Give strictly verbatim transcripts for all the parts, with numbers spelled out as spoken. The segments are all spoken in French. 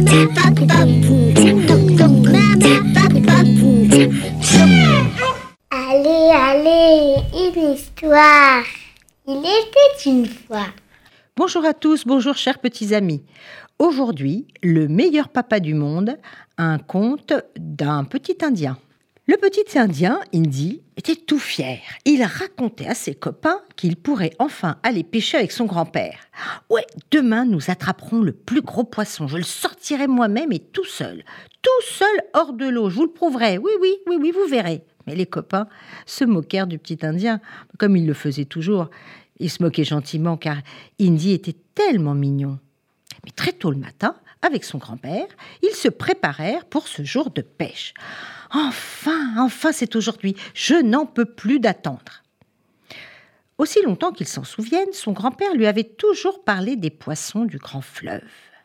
Allez, allez, une histoire. Il était une fois. Bonjour à tous, bonjour chers petits amis. Aujourd'hui, le meilleur papa du monde, un conte d'un petit Indien. Le petit Indien, Indy, était tout fier. Il racontait à ses copains qu'il pourrait enfin aller pêcher avec son grand-père. « Ouais, demain nous attraperons le plus gros poisson. Je le sortirai moi-même et tout seul. Tout seul hors de l'eau, je vous le prouverai. Oui, oui, oui, oui, vous verrez. » Mais les copains se moquèrent du petit Indien, comme ils le faisaient toujours. Ils se moquaient gentiment car Indy était tellement mignon. Mais très tôt le matin, avec son grand-père, ils se préparèrent pour ce jour de pêche. Enfin, enfin, c'est aujourd'hui. Je n'en peux plus d'attendre. Aussi longtemps qu'il s'en souvienne, son grand-père lui avait toujours parlé des poissons du grand fleuve.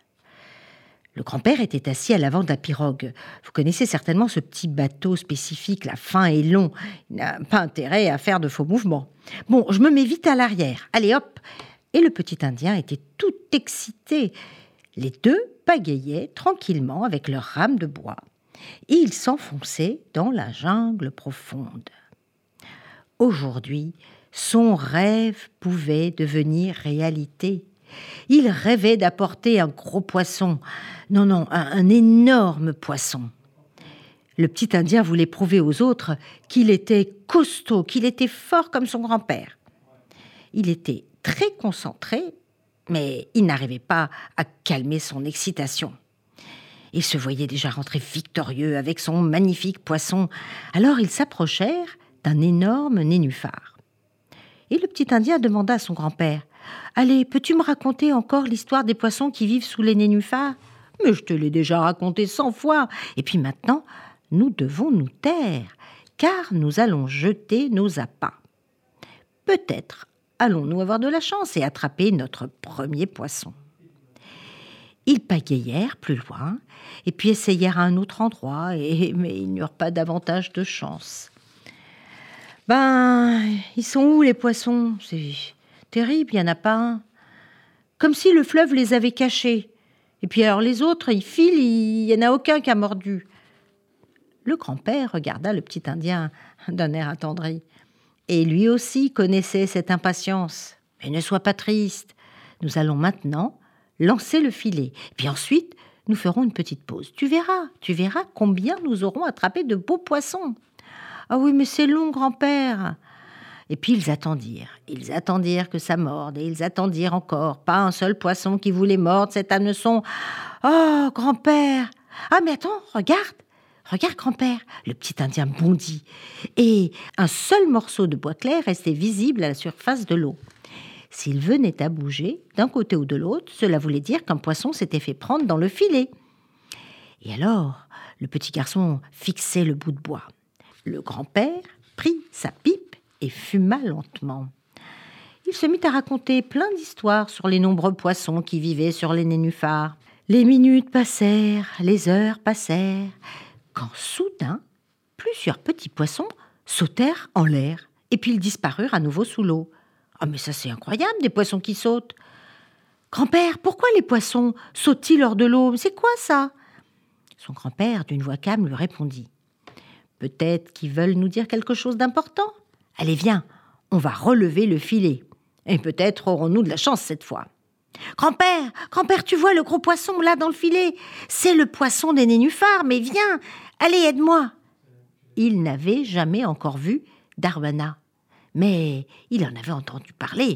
Le grand-père était assis à l'avant de la pirogue. Vous connaissez certainement ce petit bateau spécifique, la fin est long. Il n'a pas intérêt à faire de faux mouvements. Bon, je me mets vite à l'arrière. Allez, hop! Et le petit Indien était tout excité. Les deux pagayaient tranquillement avec leurs rames de bois. Et ils s'enfonçaient dans la jungle profonde. Aujourd'hui, son rêve pouvait devenir réalité. Il rêvait d'apporter un gros poisson. Non, non, un, un énorme poisson. Le petit Indien voulait prouver aux autres qu'il était costaud, qu'il était fort comme son grand-père. Il était très concentré, mais il n'arrivait pas à calmer son excitation. Il se voyait déjà rentrer victorieux avec son magnifique poisson. Alors ils s'approchèrent d'un énorme nénuphar. Et le petit Indien demanda à son grand-père : « Allez, peux-tu me raconter encore l'histoire des poissons qui vivent sous les nénuphars ? Mais je te l'ai déjà raconté cent fois. Et puis maintenant, nous devons nous taire, car nous allons jeter nos appâts. Peut-être allons-nous avoir de la chance et attraper notre premier poisson. » Ils pagayèrent plus loin, et puis essayèrent à un autre endroit, et, mais ils n'eurent pas davantage de chance. « Ben, ils sont où les poissons ? C'est terrible, il n'y en a pas un. Comme si le fleuve les avait cachés. Et puis alors les autres, ils filent, il n'y en a aucun qui a mordu. » Le grand-père regarda le petit Indien d'un air attendri. Et lui aussi connaissait cette impatience. « Mais ne sois pas triste, nous allons maintenant lancer le filet. Puis ensuite, nous ferons une petite pause. Tu verras, tu verras combien nous aurons attrapé de beaux poissons. »« Ah oui, mais c'est long, grand-père. » Et puis ils attendirent. Ils attendirent que ça morde et ils attendirent encore. Pas un seul poisson qui voulait mordre cet hameçon. « Oh, grand-père ! Ah, mais attends, regarde !» Regarde, grand-père, le petit Indien bondit. Et un seul morceau de bois clair restait visible à la surface de l'eau. S'il venait à bouger d'un côté ou de l'autre, cela voulait dire qu'un poisson s'était fait prendre dans le filet. Et alors, le petit garçon fixait le bout de bois. Le grand-père prit sa pipe et fuma lentement. Il se mit à raconter plein d'histoires sur les nombreux poissons qui vivaient sur les nénuphars. Les minutes passèrent, les heures passèrent, quand soudain, plusieurs petits poissons sautèrent en l'air et puis ils disparurent à nouveau sous l'eau. « Ah, mais ça c'est incroyable, des poissons qui sautent !»« Grand-père, pourquoi les poissons sautent-ils hors de l'eau ? C'est quoi ça ?» Son grand-père, d'une voix calme, lui répondit : « Peut-être qu'ils veulent nous dire quelque chose d'important. Allez, viens, on va relever le filet. Et peut-être aurons-nous de la chance cette fois. »« Grand-père, grand-père, tu vois le gros poisson là dans le filet ? C'est le poisson des nénuphars, mais viens, allez, aide-moi !» Il n'avait jamais encore vu d'Arwana, mais il en avait entendu parler.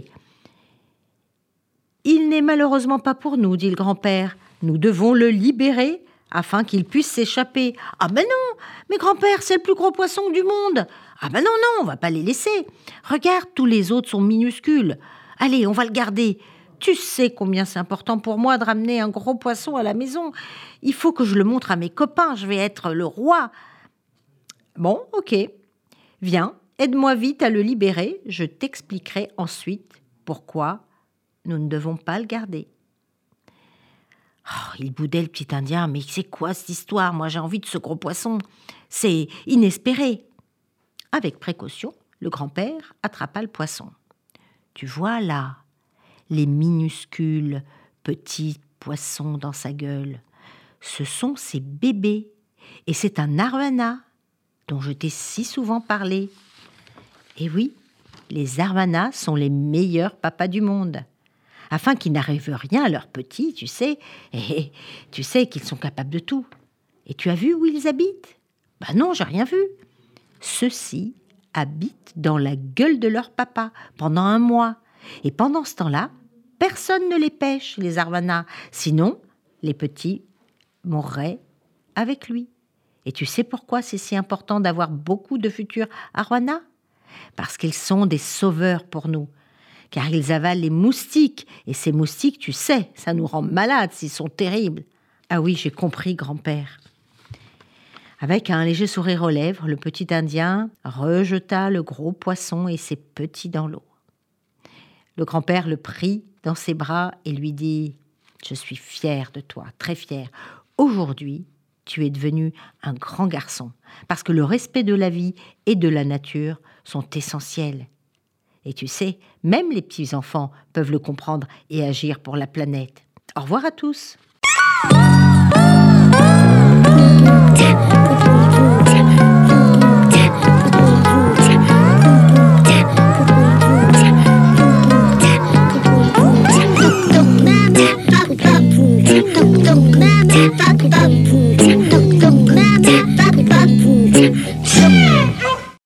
« Il n'est malheureusement pas pour nous, dit le grand-père. Nous devons le libérer afin qu'il puisse s'échapper. »« Ah ben non, mais grand-père, c'est le plus gros poisson du monde. »« Ah ben non, non, on va pas les laisser. Regarde, tous les autres sont minuscules. Allez, on va le garder. Tu sais combien c'est important pour moi de ramener un gros poisson à la maison. Il faut que je le montre à mes copains, je vais être le roi. »« Bon, ok. Viens, aide-moi vite à le libérer. Je t'expliquerai ensuite pourquoi nous ne devons pas le garder. » Oh, il boudait le petit Indien. « Mais c'est quoi cette histoire ? Moi, j'ai envie de ce gros poisson. C'est inespéré. » Avec précaution, le grand-père attrapa le poisson. « Tu vois là, les minuscules petits poissons dans sa gueule. ce sont ses bébés. Et c'est un arwana dont je t'ai si souvent parlé. Et oui, les arwanas sont les meilleurs papas du monde. Afin qu'ils n'arrivent rien à leurs petits, tu sais, et tu sais qu'ils sont capables de tout. Et tu as vu où ils habitent ? Ben non, j'ai rien vu. Ceux-ci habitent dans la gueule de leur papa pendant un mois. Et pendant ce temps-là, personne ne les pêche, les arwanas. Sinon, les petits mourraient avec lui. Et tu sais pourquoi c'est si important d'avoir beaucoup de futurs arwanas ? Parce qu'ils sont des sauveurs pour nous. Car ils avalent les moustiques. Et ces moustiques, tu sais, ça nous rend malades s'ils sont terribles. Ah oui, j'ai compris, grand-père. Avec un léger sourire aux lèvres, le petit Indien rejeta le gros poisson et ses petits dans l'eau. Le grand-père le prit dans ses bras et lui dit « Je suis fier de toi, très fier. Aujourd'hui, tu es devenu un grand garçon, parce que le respect de la vie et de la nature sont essentiels. Et tu sais, même les petits-enfants peuvent le comprendre et agir pour la planète. Au revoir à tous !»